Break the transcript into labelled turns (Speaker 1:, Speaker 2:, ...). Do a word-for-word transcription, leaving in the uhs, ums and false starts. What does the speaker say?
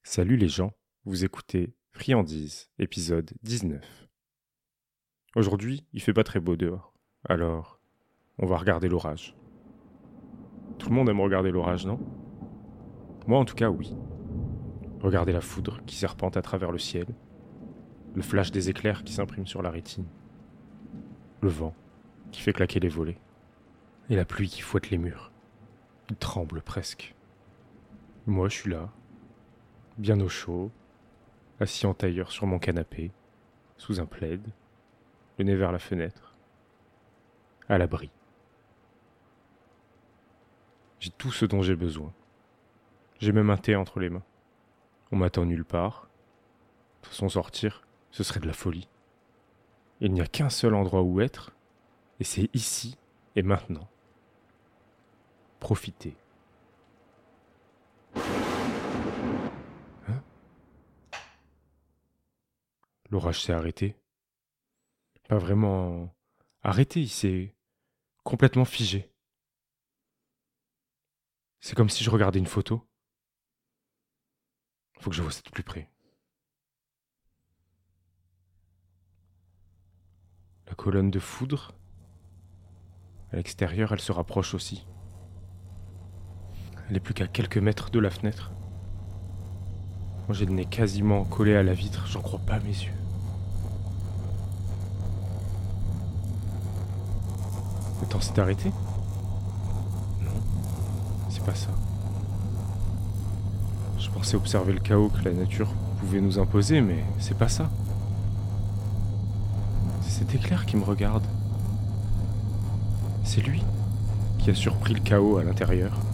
Speaker 1: Salut les gens, vous écoutez Friandise, épisode dix-neuf. Aujourd'hui, il fait pas très beau dehors, alors on va regarder l'orage. Tout le monde aime regarder l'orage, non? Moi en tout cas, oui. Regardez la foudre qui serpente à travers le ciel, le flash des éclairs qui s'imprime sur la rétine, le vent qui fait claquer les volets, et la pluie qui fouette les murs. Il tremble presque. Moi, je suis là, bien au chaud, assis en tailleur sur mon canapé, sous un plaid, le nez vers la fenêtre, à l'abri. J'ai tout ce dont j'ai besoin. J'ai même un thé entre les mains. On m'attend nulle part. De toute façon, sortir, ce serait de la folie. Il n'y a qu'un seul endroit où être, et c'est ici et maintenant. Profitez. Hein? L'orage s'est arrêté. Pas vraiment arrêté, il s'est complètement figé. C'est comme si je regardais une photo. Faut que je vois ça de plus près. La colonne de foudre, à l'extérieur, elle se rapproche aussi. Elle est plus qu'à quelques mètres de la fenêtre. Moi, j'ai le nez quasiment collé à la vitre, j'en crois pas mes yeux. Le temps s'est arrêté? Non, c'est pas ça. Je pensais observer le chaos que la nature pouvait nous imposer, mais c'est pas ça. C'est cet éclair qui me regarde. C'est lui qui a surpris le chaos à l'intérieur.